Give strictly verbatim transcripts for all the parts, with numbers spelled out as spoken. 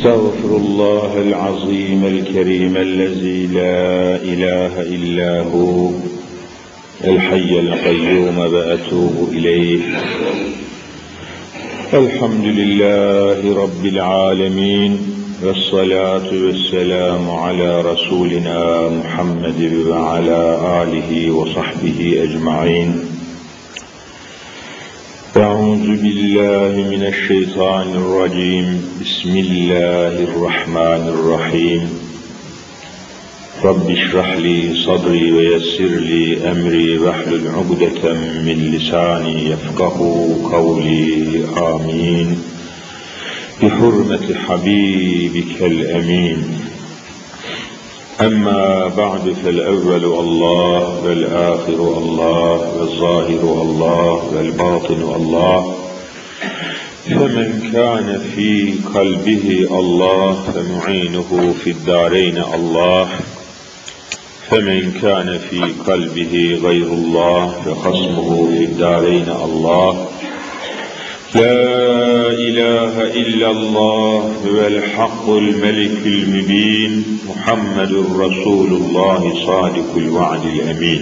أستغفر الله العظيم الكريم الذي لا إله إلا هو الحي القيوم وأتوب إليه. الحمد لله رب العالمين والصلاة والسلام على رسولنا محمد وعلى آله وصحبه أجمعين. أعوذ بالله من الشيطان الرجيم. بسم الله الرحمن الرحيم. رب اشرح لي صدري ويسر لي أمري واحلل عقدة من لساني يفقهوا قولي. آمين بحرمة حبيبك الأمين. أما بعد فالأول الله والآخر الله والظاهر الله والباطن الله. فمن كان في قلبه الله فمعينه في الدارين الله. فمن كان في قلبه غير الله فخصمه في الدارين الله. لا إله إلا الله هو الحق الملك المبين. محمد رسول الله صادق الوعد الأمين.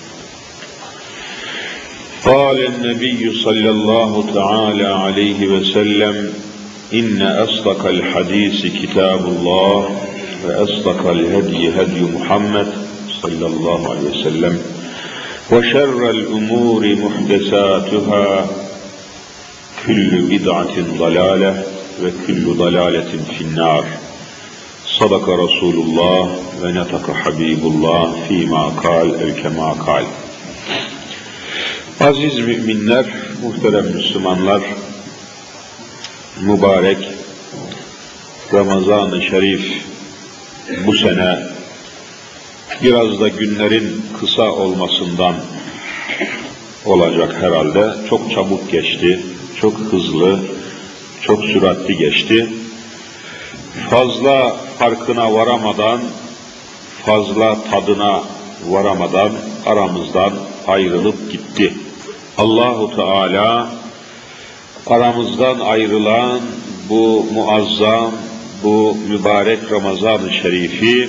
قال النبي صلى الله تعالى عليه وسلم: إن أصدق الحديث كتاب الله وأصدق الهدي هدي محمد صلى الله عليه وسلم وشر الأمور محدثاتها كل بدعة ضلالة وكل ضلالة في النار. صدق رسول الله ونطق حبيب الله فيما قال أو كما قال. Aziz müminler, muhterem Müslümanlar, mübarek Ramazan-ı Şerif bu sene biraz da günlerin kısa olmasından olacak herhalde. Çok çabuk geçti, çok hızlı, çok süratli geçti. Fazla farkına varamadan, fazla tadına varamadan aramızdan ayrılıp gitti. Allahu Teala aramızdan ayrılan bu muazzam, bu mübarek Ramazan-ı Şerif'i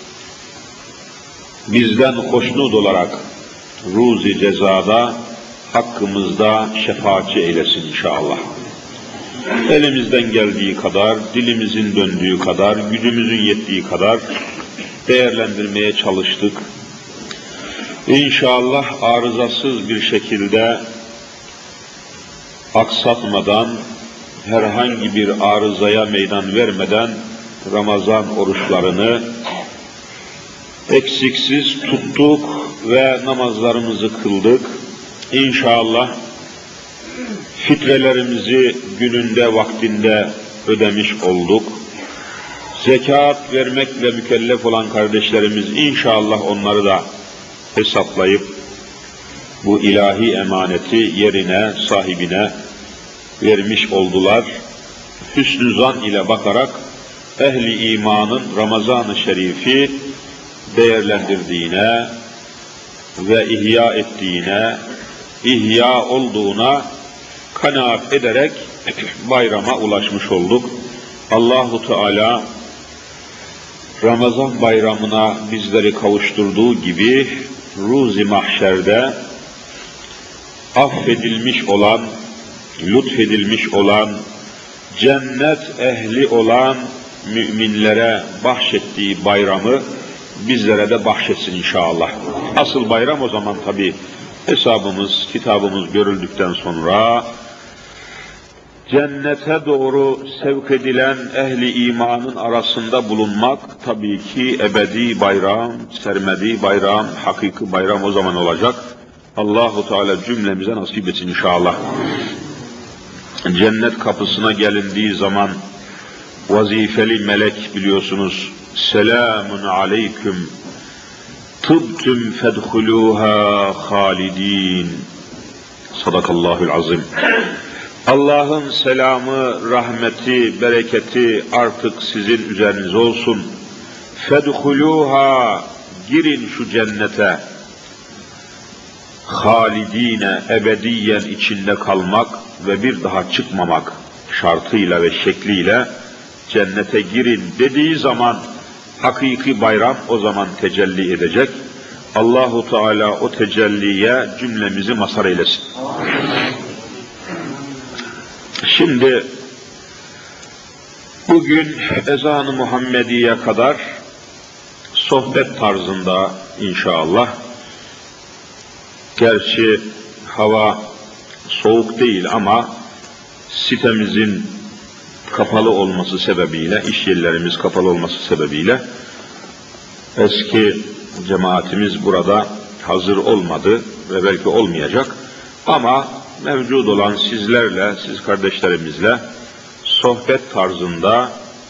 bizden hoşnut olarak ruzi cezada hakkımızda şefaatçi eylesin inşallah. Elimizden geldiği kadar, dilimizin döndüğü kadar, gücümüzün yettiği kadar değerlendirmeye çalıştık. İnşallah arızasız bir şekilde, aksatmadan, herhangi bir arızaya meydan vermeden Ramazan oruçlarını eksiksiz tuttuk ve namazlarımızı kıldık. İnşallah fitrelerimizi gününde, vaktinde ödemiş olduk. Zekat vermekle mükellef olan kardeşlerimiz inşallah onları da hesaplayıp bu ilahi emaneti yerine, sahibine vermiş oldular. Hüsnü zan ile bakarak ehli imanın Ramazan-ı Şerif'i değerlendirdiğine ve ihya ettiğine, ihya olduğuna kanaat ederek bayrama ulaşmış olduk. Allahu Teala Ramazan bayramına bizleri kavuşturduğu gibi ruzi mahşerde affedilmiş olan, lütfedilmiş olan, cennet ehli olan müminlere bahşettiği bayramı bizlere de bahşetsin inşallah. Asıl bayram o zaman tabi hesabımız, kitabımız görüldükten sonra cennete doğru sevk edilen ehli imanın arasında bulunmak tabii ki ebedi bayram, sermedi bayram, hakiki bayram o zaman olacak. Allahu Teala cümlemize nasip etsin inşallah. Cennet kapısına gelindiği zaman vazifeli melek biliyorsunuz, selamun aleyküm tıbtüm fedhuluha halidin. Sadakallahul azim. Allah'ın selamı, rahmeti, bereketi artık sizin üzerinize olsun. Fedhuluha, girin şu cennete. Halidine, ebediyen içinde kalmak ve bir daha çıkmamak şartıyla ve şekliyle cennete girin dediği zaman hakiki bayram o zaman tecelli edecek. Allahu Teala o tecelliye cümlemizi mazhar eylesin. Şimdi bugün ezan-ı Muhammediye kadar sohbet tarzında inşallah. Gerçi hava soğuk değil ama sitemizin kapalı olması sebebiyle, iş yerlerimiz kapalı olması sebebiyle eski cemaatimiz burada hazır olmadı ve belki olmayacak. Ama mevcut olan sizlerle, siz kardeşlerimizle sohbet tarzında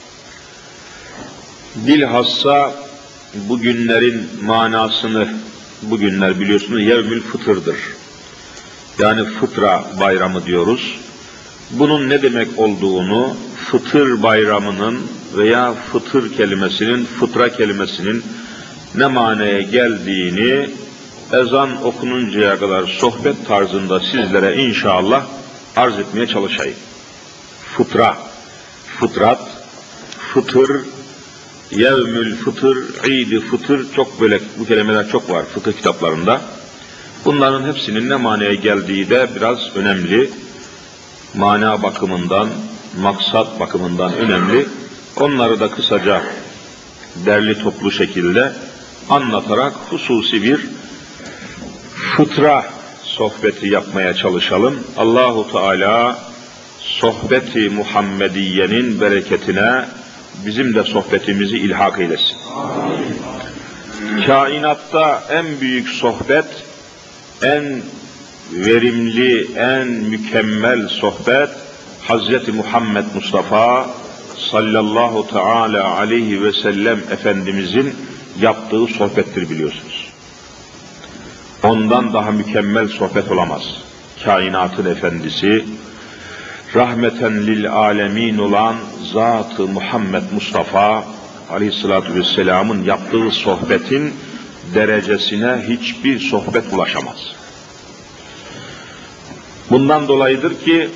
bilhassa bugünlerin manasını, bugünler biliyorsunuz Yevmül Fıtır'dır. Yani fıtra bayramı diyoruz. Bunun ne demek olduğunu, fıtır bayramının veya fıtır kelimesinin, fıtra kelimesinin ne manaya geldiğini ezan okununcaya kadar sohbet tarzında sizlere inşallah arz etmeye çalışayım. Fıtra, fıtrat, fıtır, yevmül fıtır, İd-i fıtır, çok böyle bu kelimeler çok var fıkıh kitaplarında. Bunların hepsinin ne manaya geldiği de biraz önemli. Mana bakımından, maksat bakımından önemli. Onları da kısaca derli toplu şekilde anlatarak hususi bir fıtra sohbeti yapmaya çalışalım. Allahu Teala sohbeti Muhammediye'nin bereketine bizim de sohbetimizi ilhak eylesin. Amin. Kainatta en büyük sohbet, en verimli, en mükemmel sohbet Hazreti Muhammed Mustafa sallallahu teala aleyhi ve sellem Efendimizin yaptığı sohbettir biliyorsunuz. Ondan daha mükemmel sohbet olamaz. Kainatın efendisi, rahmeten lil alemin olan Zat-ı Muhammed Mustafa aleyhissalatu vesselamın yaptığı sohbetin derecesine hiçbir sohbet ulaşamaz. Bundan dolayıdır ki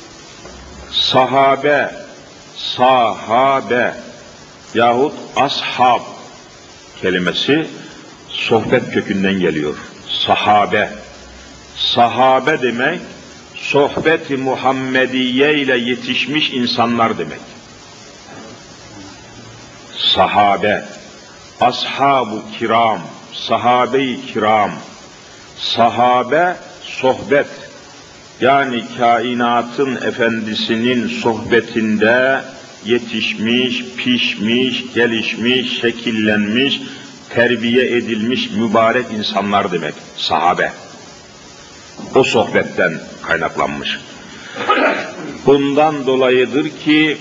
sahabe, sahabe yahut ashab kelimesi sohbet kökünden geliyor. Sahabe. Sahabe demek sohbet-i Muhammediye ile yetişmiş insanlar demek. Sahabe, ashab-ı kiram, sahabe-i kiram, sahabe sohbet, yani kainatın efendisinin sohbetinde yetişmiş, pişmiş, gelişmiş, şekillenmiş, terbiye edilmiş mübarek insanlar demek, sahabe. O sohbetten kaynaklanmış. Bundan dolayıdır ki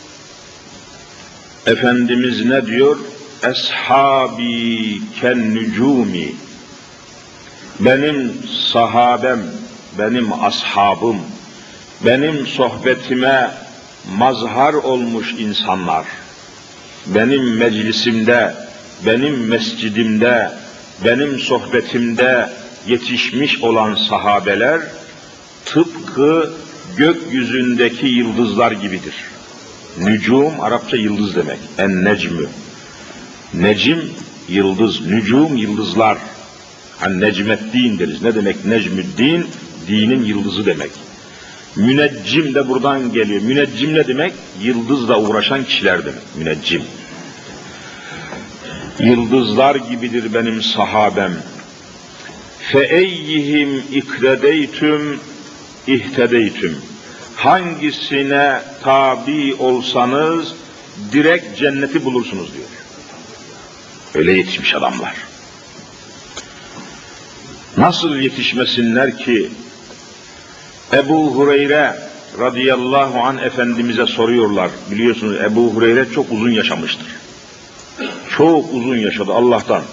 Efendimiz ne diyor? Eshabi ken nücumi. Benim sahabem, benim ashabım, benim sohbetime mazhar olmuş insanlar, benim meclisimde, benim mescidimde, benim sohbetimde yetişmiş olan sahabeler tıpkı gökyüzündeki yıldızlar gibidir. Nücum Arapça yıldız demek. En necmü. Necim yıldız, nücum yıldızlar. Hani necmeddin deriz. Ne demek necmüddin? Dinin yıldızı demek. Müneccim de buradan geliyor. Müneccim ne demek? Yıldızla uğraşan kişiler demek. Müneccim. Yıldızlar gibidir benim sahabem. فَاَيِّهِمْ اِكْرَدَيْتُمْ اِهْتَدَيْتُمْ. Hangisine tabi olsanız direkt cenneti bulursunuz diyor. Öyle yetişmiş adamlar. Nasıl yetişmesinler ki? Ebu Hureyre radıyallahu anh Efendimiz'e soruyorlar. Biliyorsunuz Ebu Hureyre çok uzun yaşamıştır. Çok uzun yaşadı Allah'tan.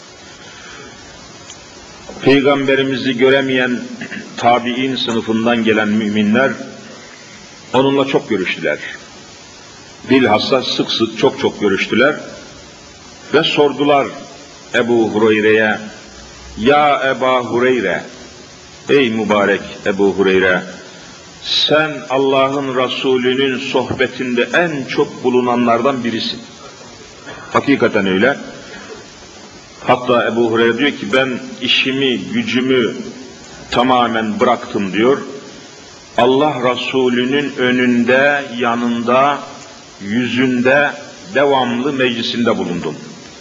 Peygamberimizi göremeyen tabi'in sınıfından gelen müminler onunla çok görüştüler. Bilhassa sık sık çok çok görüştüler ve sordular Ebu Hureyre'ye, ya Ebu Hureyre, ey mübarek Ebu Hureyre, sen Allah'ın Resulü'nün sohbetinde en çok bulunanlardan birisin. Hakikaten öyle. Hatta Ebu Hureyre diyor ki ben işimi, gücümü tamamen bıraktım diyor. Allah Resulü'nün önünde, yanında, yüzünde, devamlı meclisinde bulundum.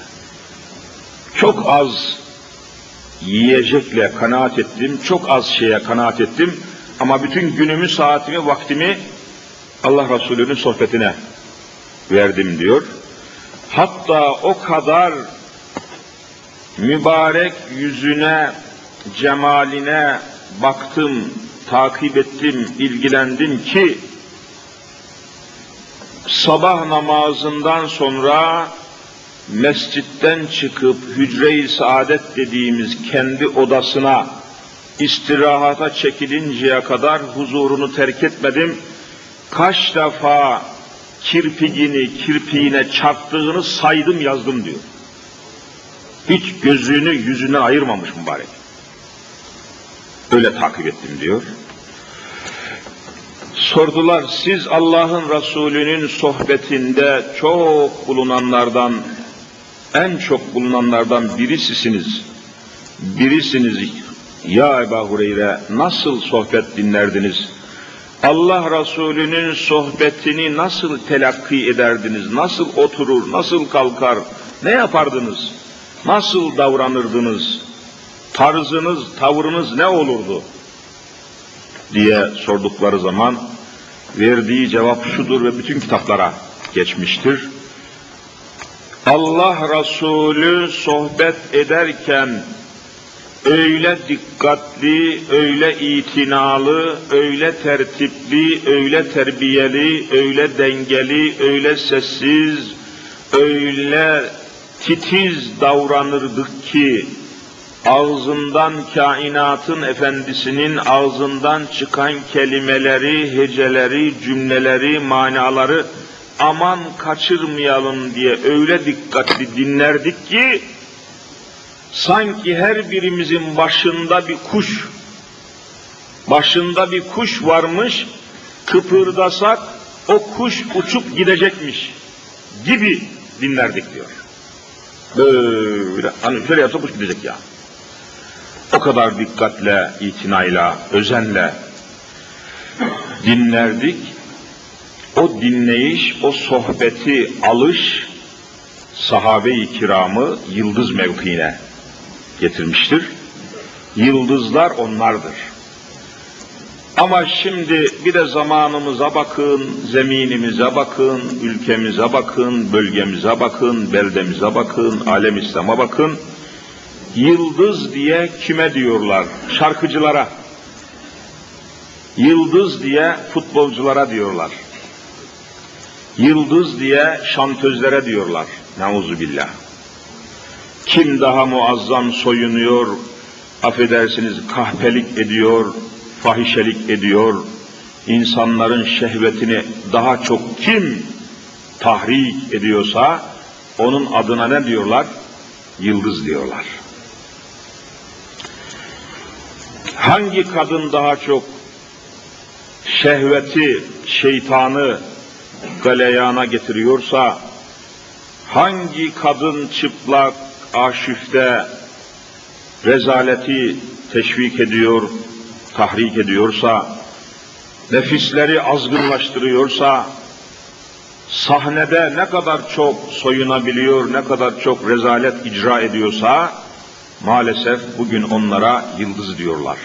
Çok az yiyecekle kanaat ettim, çok az şeye kanaat ettim ama bütün günümü, saatimi, vaktimi Allah Resulü'nün sohbetine verdim diyor. Hatta o kadar mübarek yüzüne, cemaline baktım, takip ettim, ilgilendim ki sabah namazından sonra mescitten çıkıp hücre-i saadet dediğimiz kendi odasına istirahata çekilinceye kadar huzurunu terk etmedim. Kaç defa kirpigini kirpiğine çarptığını saydım, yazdım diyor. Hiç gözünü yüzünden ayırmamış mübarek. Öyle takip ettim diyor. Sordular, siz Allah'ın Resulü'nün sohbetinde çok bulunanlardan, en çok bulunanlardan birisisiniz. Birisiniz. Ya Ebu Hureyre, nasıl sohbet dinlerdiniz? Allah Resulü'nün sohbetini nasıl telakki ederdiniz? Nasıl oturur, nasıl kalkar, ne yapardınız? Nasıl davranırdınız? Tarzınız, tavrınız ne olurdu? Diye sordukları zaman verdiği cevap şudur ve bütün kitaplara geçmiştir. Allah Resulü sohbet ederken öyle dikkatli, öyle itinalı, öyle tertipli, öyle terbiyeli, öyle dengeli, öyle sessiz, öyle titiz davranırdık ki ağzından kainatın efendisinin ağzından çıkan kelimeleri, heceleri, cümleleri, manaları aman kaçırmayalım diye öyle dikkatli dinlerdik ki sanki her birimizin başında bir kuş, başında bir kuş varmış, kıpırdasak o kuş uçup gidecekmiş gibi dinlerdik diyor. Böyle, hani şöyle yapsa kuş gidecek ya. O kadar dikkatle, itinayla, özenle dinlerdik. O dinleyiş, o sohbeti alış, sahabe-i kiramı yıldız mevkiine getirmiştir. Yıldızlar onlardır. Ama şimdi bir de zamanımıza bakın, zeminimize bakın, ülkemize bakın, bölgemize bakın, beldemize bakın, alem İslam'a bakın. Yıldız diye kime diyorlar? Şarkıcılara. Yıldız diye futbolculara diyorlar. Yıldız diye şantözlere diyorlar. Nauzubillah. Kim daha muazzam soyunuyor, affedersiniz kahpelik ediyor, fahişelik ediyor, insanların şehvetini daha çok kim tahrik ediyorsa onun adına ne diyorlar? Yıldız diyorlar. Hangi kadın daha çok şehveti, şeytanı galeyana getiriyorsa, hangi kadın çıplak, aşifte rezaleti teşvik ediyor, tahrik ediyorsa, nefisleri azgınlaştırıyorsa, sahnede ne kadar çok soyunabiliyor, ne kadar çok rezalet icra ediyorsa, maalesef bugün onlara yıldız diyorlar.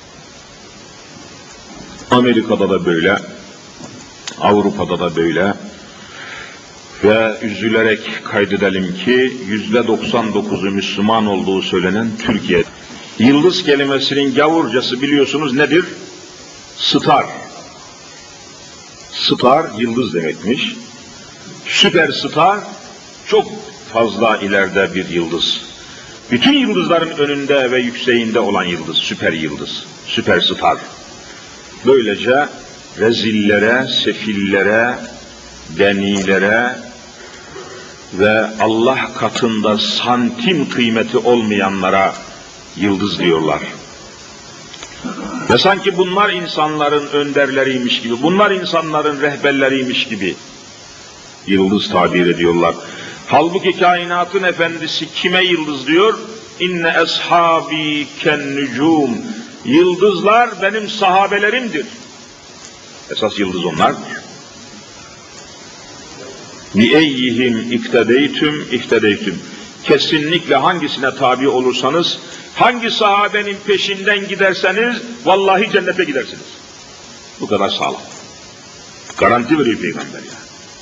Amerika'da da böyle, Avrupa'da da böyle ve üzülerek kaydedelim ki yüzde doksan dokuzu Müslüman olduğu söylenen Türkiye. Yıldız kelimesinin gavurcası biliyorsunuz nedir? Star. Star, yıldız demekmiş. Süperstar, çok fazla ileride bir yıldız. Bütün yıldızların önünde ve yükseğinde olan yıldız, süper yıldız, süperstar. Böylece rezillere, sefillere, denilere ve Allah katında santim kıymeti olmayanlara yıldız diyorlar. Ve sanki bunlar insanların önderleriymiş gibi, bunlar insanların rehberleriymiş gibi yıldız tabir ediyorlar. Halbuki kainatın efendisi kime yıldız diyor? İnne eshabi ken nücum. Yıldızlar benim sahabelerimdir. Esas yıldız onlardır. Bi eyyihim iktedeytüm ihtedeytüm. Kesinlikle hangisine tabi olursanız, hangi sahabenin peşinden giderseniz, vallahi cennete gidersiniz. Bu kadar sağlam. Garanti veriyor Peygamber ya.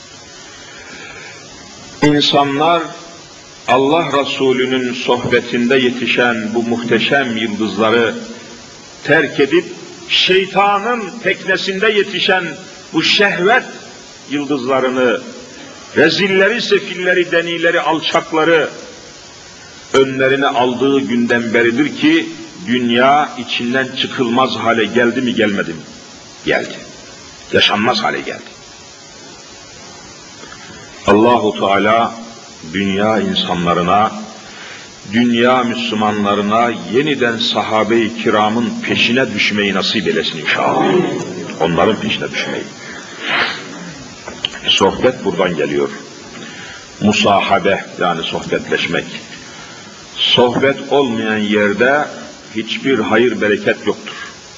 İnsanlar Allah Resulü'nün sohbetinde yetişen bu muhteşem yıldızları terk edip şeytanın teknesinde yetişen bu şehvet yıldızlarını, rezilleri, sefilleri, denileri, alçakları önlerine aldığı günden beridir ki dünya içinden çıkılmaz hale geldi mi gelmedi mi? Geldi. Yaşanmaz hale geldi. Allahu Teala dünya insanlarına, dünya Müslümanlarına yeniden sahabe-i kiramın peşine düşmeyi nasip eylesin inşallah. Onların peşine düşmeyi. Sohbet buradan geliyor. Musahabe, yani sohbetleşmek. Sohbet olmayan yerde hiçbir hayır bereket yoktur.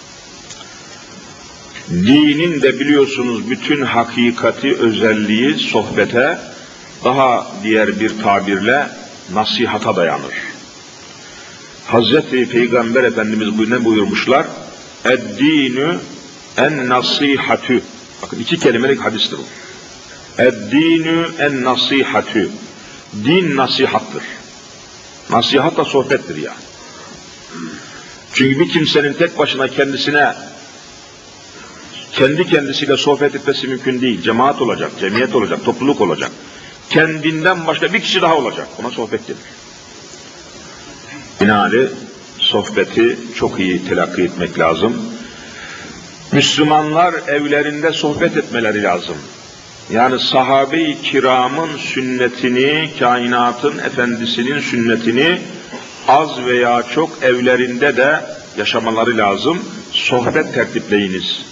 Dinin de biliyorsunuz bütün hakikati, özelliği sohbete, daha diğer bir tabirle nasihata dayanır. Hazreti Peygamber Efendimiz bu ne buyurmuşlar? Ed-dinu en-nasihatü. Bakın iki kelimelik hadistir bu. Ed-dinu en-nasihatü. Din nasihattır. Nasihat da sohbettir yani. Çünkü bir kimsenin tek başına kendisine, kendi kendisiyle sohbet etmesi mümkün değil. Cemaat olacak, cemiyet olacak, topluluk olacak. Kendinden başka bir kişi daha olacak. Ona sohbet denir. Binaenaleyh sohbeti çok iyi telakki etmek lazım. Müslümanlar evlerinde sohbet etmeleri lazım. Yani sahabe-i kiramın sünnetini, kainatın efendisinin sünnetini az veya çok evlerinde de yaşamaları lazım. Sohbet tertipleyiniz.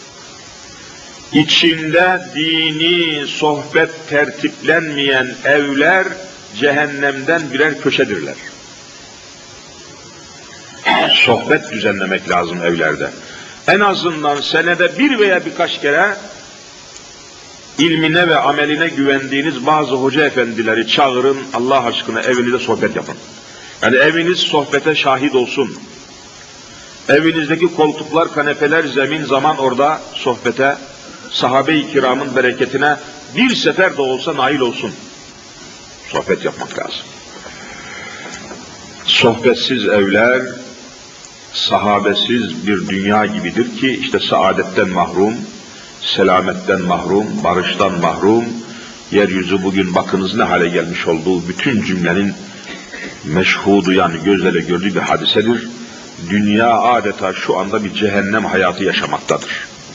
İçinde dini sohbet tertiplenmeyen evler cehennemden birer köşedirler. Sohbet düzenlemek lazım evlerde. En azından senede bir veya birkaç kere ilmine ve ameline güvendiğiniz bazı hoca efendileri çağırın, Allah aşkına evinizde sohbet yapın. Yani eviniz sohbete şahit olsun. Evinizdeki koltuklar, kanepeler, zemin, zaman orada sohbete, sahabe-i kiramın bereketine bir sefer de olsa nail olsun. Sohbet yapmak lazım. Sohbetsiz evler, sahabesiz bir dünya gibidir ki işte saadetten mahrum, selametten mahrum, barıştan mahrum, yeryüzü bugün bakınız ne hale gelmiş olduğu bütün cümlenin meşhudu, yani gözle gördüğü bir hadisedir. Dünya adeta şu anda bir cehennem hayatı yaşamaktadır.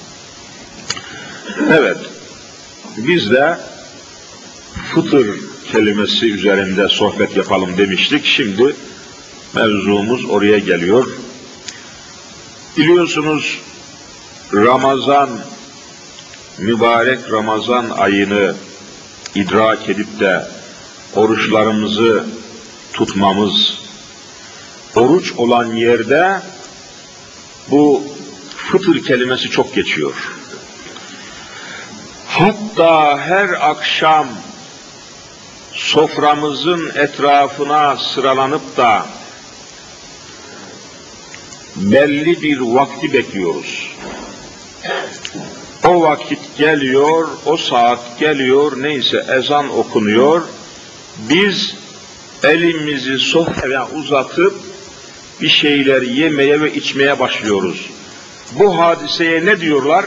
Evet, biz de fıtır kelimesi üzerinde sohbet yapalım demiştik. Şimdi mevzumuz oraya geliyor. Biliyorsunuz Ramazan, mübarek Ramazan ayını idrak edip de oruçlarımızı tutmamız, oruç olan yerde bu fıtır kelimesi çok geçiyor. Hatta her akşam soframızın etrafına sıralanıp da belli bir vakti bekliyoruz. O vakit geliyor, o saat geliyor, neyse ezan okunuyor. Biz elimizi sofraya uzatıp bir şeyler yemeye ve içmeye başlıyoruz. Bu hadiseye ne diyorlar?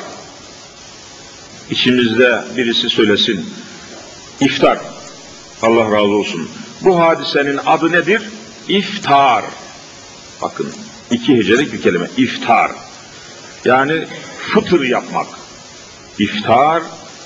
İçimizde birisi söylesin. İftar. Allah razı olsun. Bu hadisenin adı nedir? İftar. Bakın, iki hecelik bir kelime. İftar. Yani fıtır yapmak. İftar,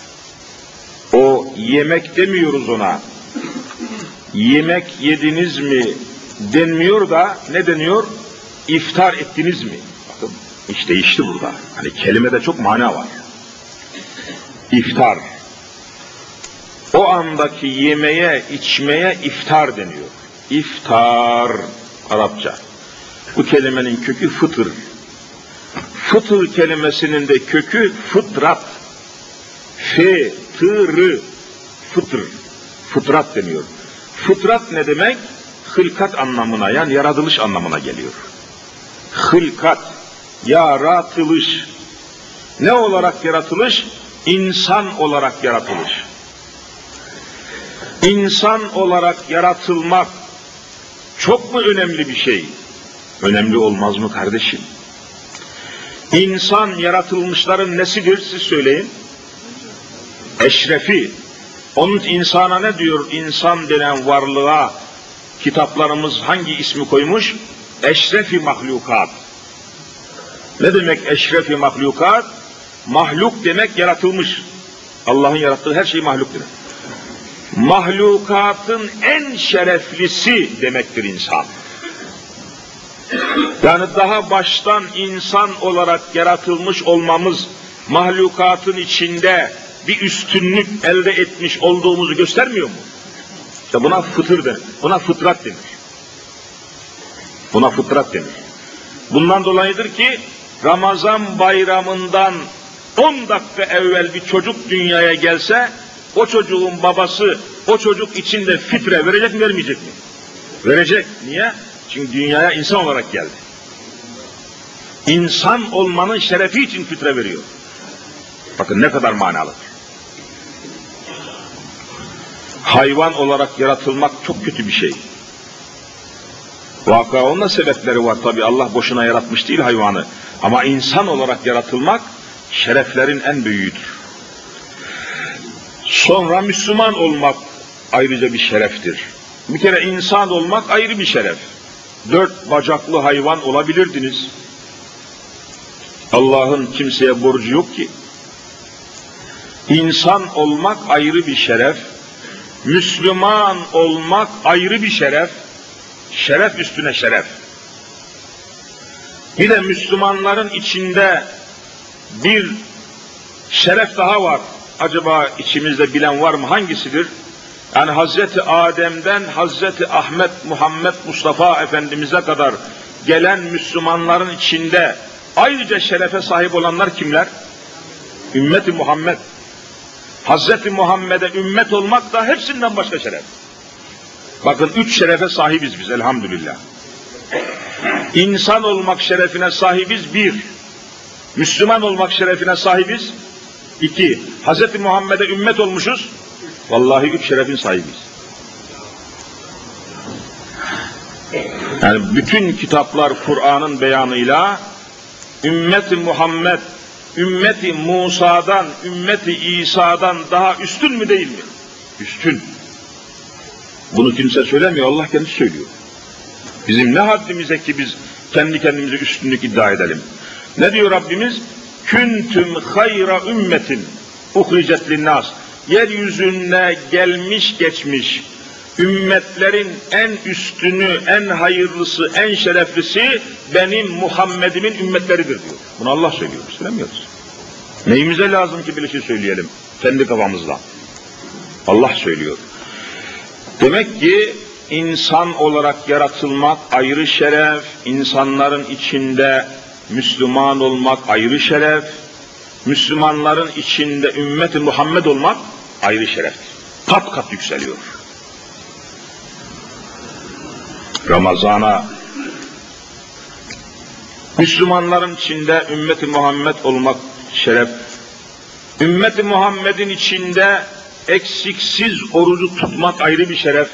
o yemek demiyoruz ona. Yemek yediniz mi denmiyor da ne deniyor? İftar ettiniz mi? Bakın, İş değişti burada. Hani kelimede çok mana var. İftar. O andaki yemeye, içmeye iftar deniyor. İftar Arapça. Bu kelimenin kökü fıtır. Fıtır kelimesinin de kökü fıtrat. Fe-tı-rı. Fıtır. Fıtrat deniyor. Fıtrat ne demek? Hılkat anlamına, yani yaratılış anlamına geliyor. Hılkat, yaratılış. Ne olarak yaratılış? İnsan olarak yaratılış. İnsan olarak yaratılmak çok mu önemli bir şey? Önemli olmaz mı kardeşim? İnsan yaratılmışların nesidir siz söyleyin? Eşrefi. Onun insana ne diyor? İnsan denen varlığa kitaplarımız hangi ismi koymuş? Eşrefi mahlukat. Ne demek eşrefi mahlukat? Mahluk demek yaratılmış. Allah'ın yarattığı her şey mahluktur. Mahlukatın en şereflisi demektir insan. Yani daha baştan insan olarak yaratılmış olmamız, mahlukatın içinde bir üstünlük elde etmiş olduğumuzu göstermiyor mu? İşte buna fıtır denir, buna fıtrat denir. Buna fıtrat denir. Bundan dolayıdır ki Ramazan bayramından on dakika evvel bir çocuk dünyaya gelse, o çocuğun babası o çocuk için de fitre verecek mi, vermeyecek mi? Verecek. Niye? Çünkü dünyaya insan olarak geldi. İnsan olmanın şerefi için fitre veriyor. Bakın ne kadar manalı. Hayvan olarak yaratılmak çok kötü bir şey. Vaka onun da sebepleri var tabi. Allah boşuna yaratmış değil hayvanı. Ama insan olarak yaratılmak şereflerin en büyüğüdür. Sonra Müslüman olmak ayrıca bir şereftir. Bir kere insan olmak ayrı bir şeref. Dört bacaklı hayvan olabilirdiniz. Allah'ın kimseye borcu yok ki. İnsan olmak ayrı bir şeref. Müslüman olmak ayrı bir şeref. Şeref üstüne şeref. Bir de Müslümanların içinde bir şeref daha var. Acaba içimizde bilen var mı? Hangisidir? Yani Hazreti Adem'den Hazreti Ahmet Muhammed Mustafa Efendimiz'e kadar gelen Müslümanların içinde ayrıca şerefe sahip olanlar kimler? Ümmeti Muhammed. Hazreti Muhammed'e ümmet olmak da hepsinden başka şeref. Bakın üç şerefe sahibiz biz elhamdülillah. İnsan olmak şerefine sahibiz bir. Müslüman olmak şerefine sahibiz iki. Hazreti Muhammed'e ümmet olmuşuz. Vallahi üç şerefin sahibiz. Yani bütün kitaplar Kur'an'ın beyanıyla ümmeti Muhammed, ümmeti Musa'dan, ümmeti İsa'dan daha üstün mü değil mi? Üstün. Bunu kimse söylemiyor, Allah kendisi söylüyor. Bizim ne haddimize ki biz kendi kendimize üstünlük iddia edelim. Ne diyor Rabbimiz? Küntüm hayra ümmetin uhricet linnâs. Yeryüzüne gelmiş geçmiş ümmetlerin en üstünü, en hayırlısı, en şereflisi benim Muhammed'imin ümmetleridir diyor. Bunu Allah söylüyor, söylemiyoruz. Neyimize lazım ki bir şey söyleyelim? Kendi kafamızla. Allah söylüyor. Demek ki insan olarak yaratılmak ayrı şeref, insanların içinde Müslüman olmak ayrı şeref, Müslümanların içinde ümmeti Muhammed olmak ayrı şereftir. Kat kat yükseliyor. Ramazana Müslümanların içinde ümmeti Muhammed olmak şeref. Ümmeti Muhammed'in içinde eksiksiz orucu tutmak ayrı bir şeref.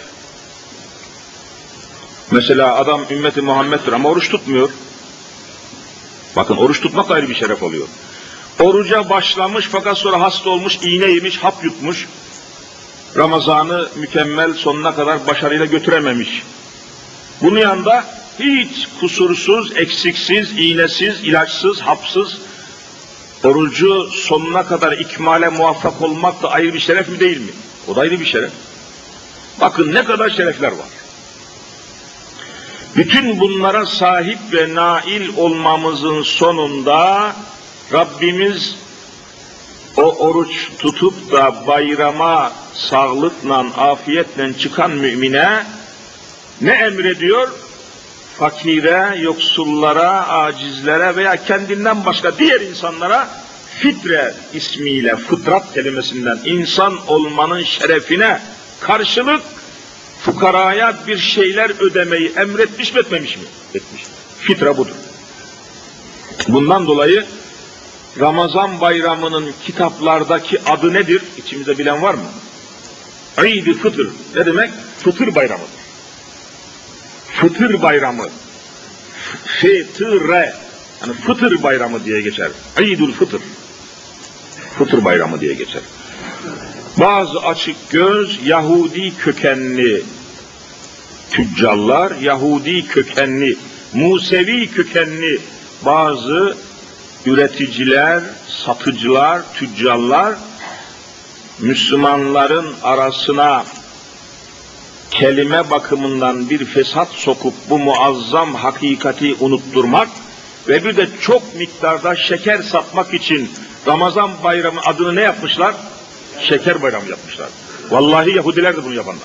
Mesela adam ümmeti Muhammed'dir ama oruç tutmuyor. Bakın oruç tutmak ayrı bir şeref oluyor. Oruca başlamış fakat sonra hasta olmuş, iğne yemiş, hap yutmuş. Ramazan'ı mükemmel sonuna kadar başarıyla götürememiş. Bunun yanında hiç kusursuz, eksiksiz, iğnesiz, ilaçsız, hapsız orucu sonuna kadar ikmale muvaffak olmak da ayrı bir şeref mi değil mi? O da ayrı bir şeref. Bakın ne kadar şerefler var. Bütün bunlara sahip ve nail olmamızın sonunda Rabbimiz o oruç tutup da bayrama sağlıkla, afiyetle çıkan mümine ne emrediyor? Fakire, yoksullara, acizlere veya kendinden başka diğer insanlara fitre ismiyle, fıtrat kelimesinden insan olmanın şerefine karşılık fukaraya bir şeyler ödemeyi emretmiş mi, etmemiş mi? Etmiş. Fitre budur. Bundan dolayı Ramazan bayramının kitaplardaki adı nedir? İçimizde bilen var mı? İd-i Fıtır. Ne demek? Fıtır bayramıdır. Fıtır bayramı. Fıtıre. Yani Fıtır bayramı diye geçer. İdül Fıtır. Fıtır bayramı diye geçer. Bazı açık göz Yahudi kökenli tüccarlar, Yahudi kökenli, Musevi kökenli bazı üreticiler, satıcılar, tüccarlar Müslümanların arasına kelime bakımından bir fesat sokup bu muazzam hakikati unutturmak ve bir de çok miktarda şeker satmak için Ramazan bayramı adını ne yapmışlar? Şeker bayramı yapmışlar. Vallahi Yahudiler de bunu yapanlar.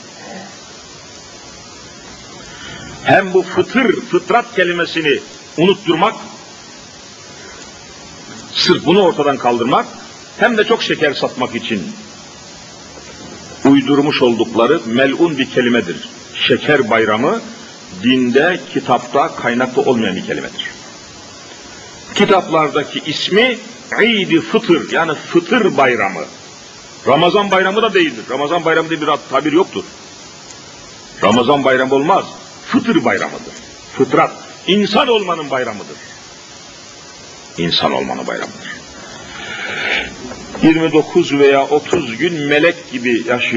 Hem bu fıtır, fıtrat kelimesini unutturmak, sırf bunu ortadan kaldırmak, hem de çok şeker satmak için uydurmuş oldukları melun bir kelimedir. Şeker bayramı dinde, kitapta kaynaklı olmayan bir kelimedir. Kitaplardaki ismi İd-i Fıtır, yani Fıtır bayramı. Ramazan bayramı da değildir. Ramazan bayramı diye bir tabir yoktur. Ramazan bayramı olmaz. Fıtır bayramıdır. Fıtrat, insan olmanın bayramıdır. İnsan olmanın bayramıdır. yirmi dokuz veya otuz gün melek gibi yaşıyor.